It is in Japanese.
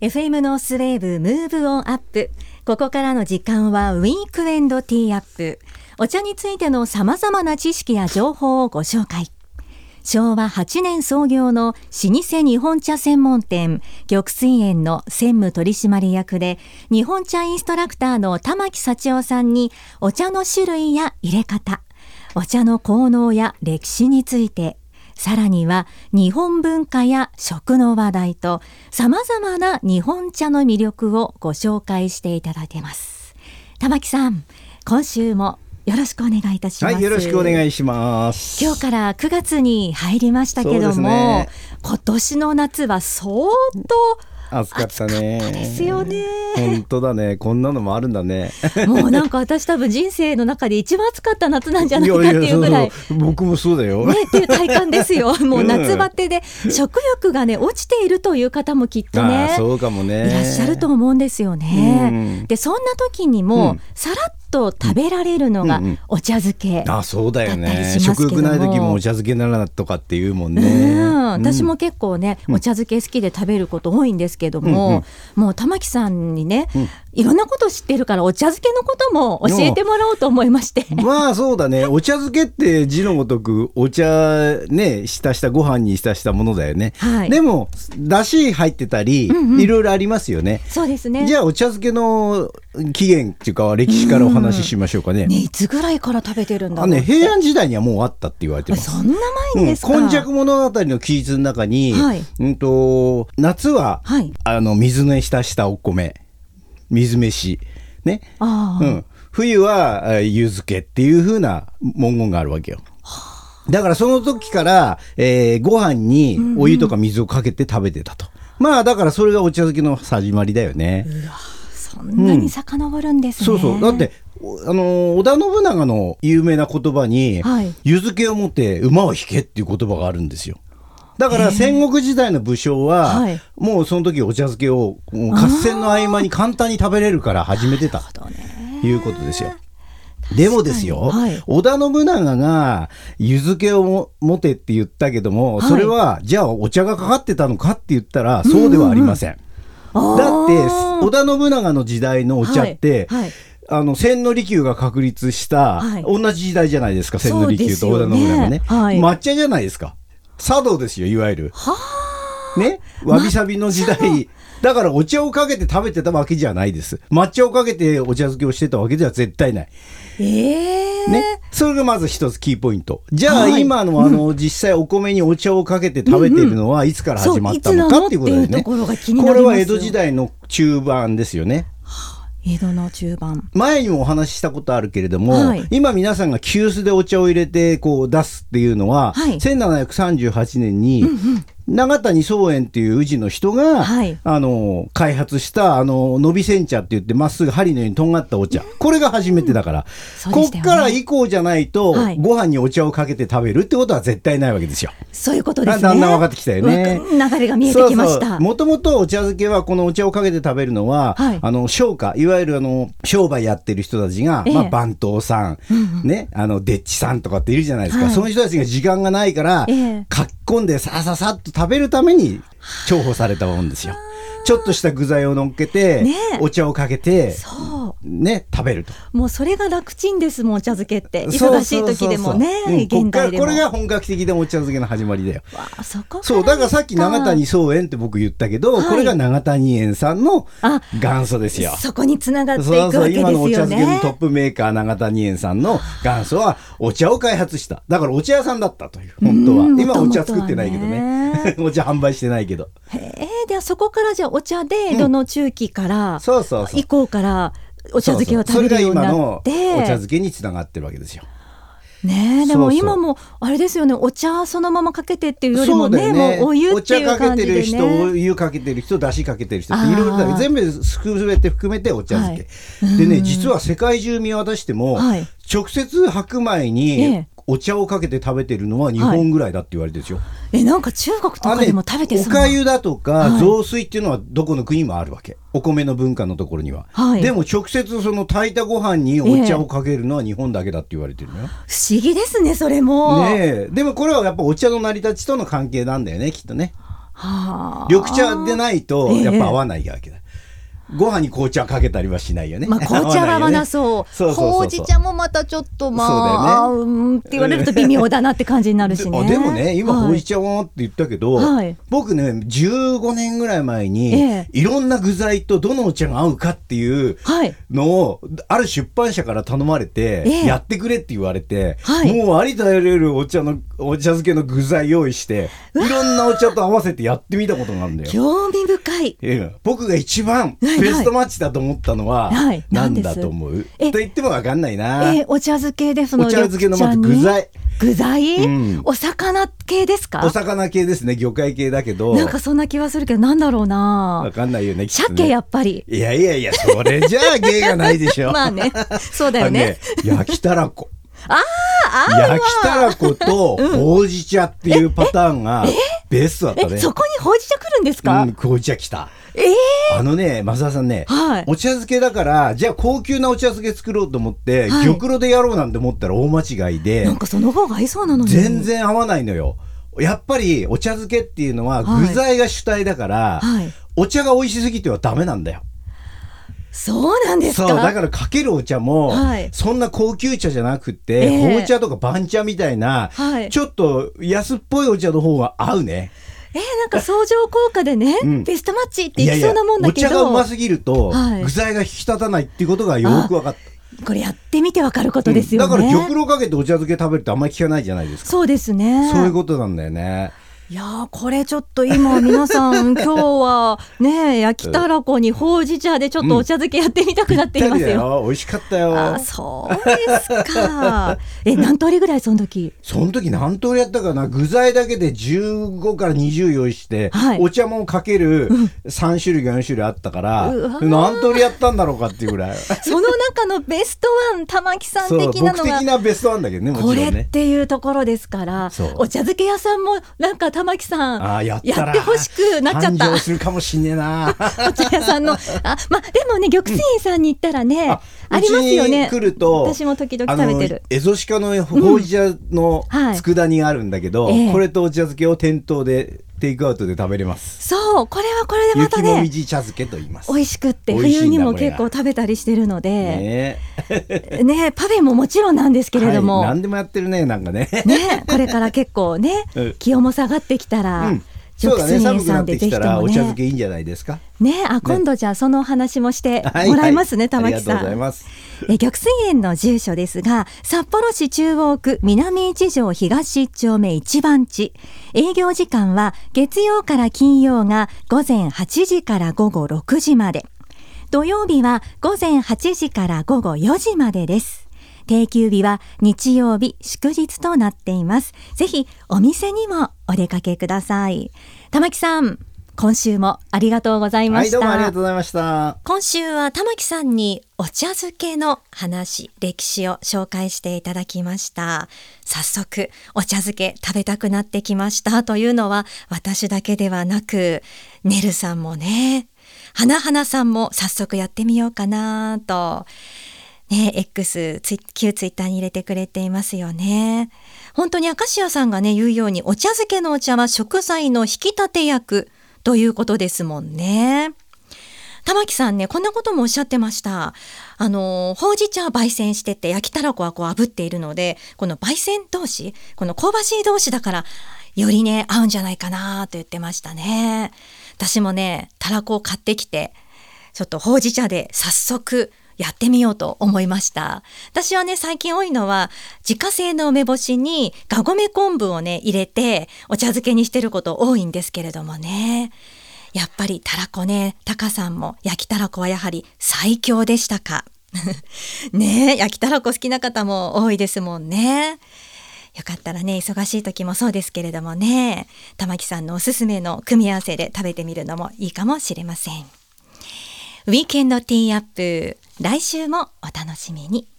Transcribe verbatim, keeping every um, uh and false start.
エフエム ノースウェーブムーブオンアップ。ここからの時間はウィークエンドティーアップ。お茶についての様々な知識や情報をご紹介。しょうわはちねん創業の老舗日本茶専門店玉水園の専務取締役で日本茶インストラクターの玉木幸男さんにお茶の種類や入れ方、お茶の効能や歴史について、さらには日本文化や食の話題と様々な日本茶の魅力をご紹介していただけます。玉木さん、今週もよろしくお願いいたします。 はい、よろしくお願いします。 今日からくがつに入りましたけども、ね、今年の夏は相当暑かったね。 暑かったですよね。 本当だね。こんなのもあるんだね。 もうなんか私多分人生の中で一番暑かった夏なんじゃないかっていうぐらい。いやいや、そうそう、 僕もそうだよ。 ねっていう体感ですよ。もう夏バテで食欲がね落ちているという方もきっとね、 あ、そうかもね、 いらっしゃると思うんですよね。うん、でそんな時にも、うん、さらっと食べられるのがお茶漬けだったりしますけども、 あ、そうだよね。食欲ない時もお茶漬けならとかっていうもんね。 うん、私も結構ね、うん、お茶漬け好きで食べること多いんですけども、うんうん、もう玉木さんにね、うん、いろんなこと知ってるからお茶漬けのことも教えてもらおうと思いまして。 まあそうだね。お茶漬けって字のごとくお茶ね、浸したご飯に浸したものだよね。はい、でもだし入ってたり、うんうん、いろいろありますよね。 そうですね。 じゃあお茶漬けの起源っていうか歴史からお話ししましょうかね。 うん、ね、いつぐらいから食べてるんだろうって。 あ、ね、平安時代にはもうあったって言われてます。 そんな前にですか。 うん、今昔物語の記述の中に、はい、うんと夏は、はい、あの水に浸したお米、水飯ね、あ、うん、冬は湯漬けっていう風な文言があるわけよ。だからその時から、えー、ご飯にお湯とか水をかけて食べてたと、うんうん、まあだからそれがお茶漬けの始まりだよね。 うわ、そんなに遡るんですね。 うん、そうそう、だってあの織田信長の有名な言葉に、はい、湯漬けを持って馬を引けっていう言葉があるんですよ。だから戦国時代の武将は、はい、もうその時お茶漬けを合戦の合間に簡単に食べれるから始めてたということですよ。でもですよ、はい、織田信長が湯漬けを持てって言ったけども、それは、はい、じゃあお茶がかかってたのかって言ったらそうではありません。うんうん、だって織田信長の時代のお茶って、はいはい、あの千利休が確立した、はい、同じ時代じゃないですか。千利休と織田信長ね、はい、抹茶じゃないですか。茶道ですよ、いわゆる。はね、わびさびの時代だからお茶をかけて食べてたわけじゃないです。抹茶をかけてお茶漬けをしてたわけでは絶対ない。 えーね、それがまず一つキーポイント。じゃあ、はい、今のあの、うん、実際お米にお茶をかけて食べているのはいつから始まったのかっていうことですね。これは江戸時代の中盤ですよね。 江戸の中盤。 前にもお話ししたことあるけれども、はい、今皆さんが急須でお茶を入れてこう出すっていうのは、はい、せんななひゃくさんじゅうはちねんに、うんうん、長谷宗園っていう宇治の人が、はい、あの開発したあの伸び煎茶って言ってまっすぐ針のようにとんがったお茶、これが初めてだから、うん、こっから以降じゃないと、はい、ご飯にお茶をかけて食べるってことは絶対ないわけですよ。 そういうことですね。 だんだん分かってきたよね。 流れが見えてきました。 もともとお茶漬けはこのお茶をかけて食べるのは、はい、あの商家、いわゆるあの商売やってる人たちが、ええ、まあ、番頭さん、うんうん、ね、あのデッチさんとかっているじゃないですか、はい、その人たちが時間がないから、ええ、かき込んでさささっと食べるために重宝されたもんですよ。ちょっとした具材を乗っけて、ね、お茶をかけてそう、ね、食べると。 もうそれが楽ちんですもん、お茶漬けって忙しい時でもね、うん、現代でもこれが本格的でお茶漬けの始まりだよ。 わあ、そこからそうだからさっき長谷宗園って僕言ったけど、はい、これが長谷園さんの元祖ですよ。 そこに繋がっていくわけですよね。そうそう、今のお茶漬けのトップメーカー長谷園さんの元祖はお茶を開発した。だからお茶屋さんだったという、本当は。今お茶作ってないけどねお茶販売してないけど。 へえ、ではそこからじゃあお茶で江戸の中期から、うん、そうそうそう以降からお茶漬けを食べるようになって、 そうそう、それが今のお茶漬けにつながってるわけですよ。 ねえ、でも今もあれですよね、お茶そのままかけてっていうよりも ね, ねもうお湯っていう感じでね、お茶かけてる人、お湯かけてる人、だしかけてる人っていろいろだけど、全部全て含めてお茶漬け、はい、でね、実は世界中見渡しても、はい、直接白米にお茶をかけて食べてるのは日本ぐらいだって言われてるんですよ。はい、 え、なんか中国とかでも食べてそうな、 おかゆだとか雑炊っていうのはどこの国もあるわけ、はい、お米の文化のところには、はい、でも直接その炊いたご飯にお茶をかけるのは日本だけだって言われてるのよ。 不思議ですね、それも。 ねえ、でもこれはやっぱお茶の成り立ちとの関係なんだよね、きっとね。 はあ、 緑茶でないとやっぱ合わないわけだ、ええ、ご飯に紅茶かけたりはしないよね。 まあ、紅茶は合わなそう。ほうじ茶もまたちょっとまあ、う、ね、うんって言われると微妙だなって感じになるしね。 で, でもね今ほうじ茶はって言ったけど、はい、僕ねじゅうごねんぐらい前に、ええ、いろんな具材とどのお茶が合うかっていうのを、はい、ある出版社から頼まれて、ええ、やってくれって言われて、はい、もうありとあらゆるお茶のお茶漬けの具材用意していろんなお茶と合わせてやってみたことがあるんだよ。 興味深い、 ええ、僕が一番ベストマッチだと思ったのは、はいはい、何だと思うと言っても分かんないな。 えお茶漬けでそのお茶漬けのまず具材具材、うん、お魚系ですか？ お魚系ですね。魚介系だけどなんかそんな気はするけどなんだろうな。 分かんないよね。 鮭やっぱり。 いやいやいやそれじゃあ芸がないでしょ。 まあねそうだよね。 焼きたらこああ焼きたらことほうじ茶っていうパターンがベストだったね。 えそこにほうじ茶来るんですか？ うん、ほうじ茶来た。 えー、 あのね増田さんね、はい、お茶漬けだからじゃあ高級なお茶漬け作ろうと思って、はい、玉露でやろうなんて思ったら大間違いで、 なんかその方が合いそうなのに全然合わないのよ。やっぱりお茶漬けっていうのは具材が主体だから、はい、お茶が美味しすぎてはダメなんだよ。 そうなんですか？ そうだからかけるお茶も、はい、そんな高級茶じゃなくて、えー、紅茶とか番茶みたいな、はい、ちょっと安っぽいお茶の方が合うね。 えー、なんか相乗効果でね、うん、ベストマッチっていきそうなもんだけど、 いやいやお茶がうますぎると、はい、具材が引き立たないっていうことがよく分かった。 これやってみて分かることですよね、 うん、だから玉露かけてお茶漬け食べるってあんまり聞かないじゃないですか。 そうですね。 そういうことなんだよね。 いやーこれちょっと今皆さん今日はね焼きたらこにほうじ茶でちょっとお茶漬けやってみたくなっていますよ、 うん、よ美味しかったよ。 あそうですかえ何通りぐらいその時その時何通りやったかな。具材だけでじゅうごからにじゅう用意して、はい、お茶もかけるさん種類よん種類あったから、うん、何通りやったんだろうかっていうぐらいその中のベストワン玉木さん的なのが僕的なベストワンだけどねもちろんねこれっていうところですから、お茶漬け屋さんもなんか玉木さんあやったらやってほしくなっちゃった。 繁盛するかもしんねえなお茶屋さんのあ、まあ、でもね玉泉園さんに行ったらね、うん、あ, ありますよね。 うちに来ると私も時々食べてるエゾシカのほうじ茶の佃煮があるんだけど、うんはい、これとお茶漬けを店頭でテイクアウトで食べれます。 そうこれはこれでまたね雪もみじ茶漬けと言います。 美味しくって冬にも結構食べたりしてるのでねねパフェももちろんなんですけれども、 はい、何でもやってるねなんかねねこれから結構ね、うん、気温も下がってきたら、うんそうだね、寒くなってきたらお茶漬けいいんじゃないですかね。あ今度じゃあそのお話もしてもらいますね、はいはい、玉木さん。 ありがとうございます。 え玉泉園の住所ですが札幌市中央区南一条東一丁目一番地。営業時間は月曜から金曜が午前はちじから午後ろくじまで、土曜日は午前はちじから午後よじまでです。定休日は日曜日祝日となっています。ぜひお店にもお出かけください。玉木さん今週もありがとうございました。 はい、どうもありがとうございました。 今週は玉木さんにお茶漬けの話歴史を紹介していただきました。早速お茶漬け食べたくなってきましたというのは私だけではなくねるさんもね花花さんも早速やってみようかなとね、X ツイ旧ツイッターに入れてくれていますよね。本当に明石家さんがね言うようにお茶漬けのお茶は食材の引き立て役ということですもんね。玉木さんねこんなこともおっしゃってました。あのほうじ茶は焙煎してて焼きたらこはこう炙っているのでこの焙煎同士この香ばしい同士だからよりね合うんじゃないかなと言ってましたね。私もねたらこを買ってきてちょっとほうじ茶で早速やってみようと思いました。私はね最近多いのは自家製の梅干しにがごめ昆布をね入れてお茶漬けにしてること多いんですけれどもね、やっぱりたらこねタカさんも焼きたらこはやはり最強でしたかねえ焼きたらこ好きな方も多いですもんね。よかったらね忙しい時もそうですけれどもね玉木さんのおすすめの組み合わせで食べてみるのもいいかもしれません。ウィーケンドティーアップ来週もお楽しみに。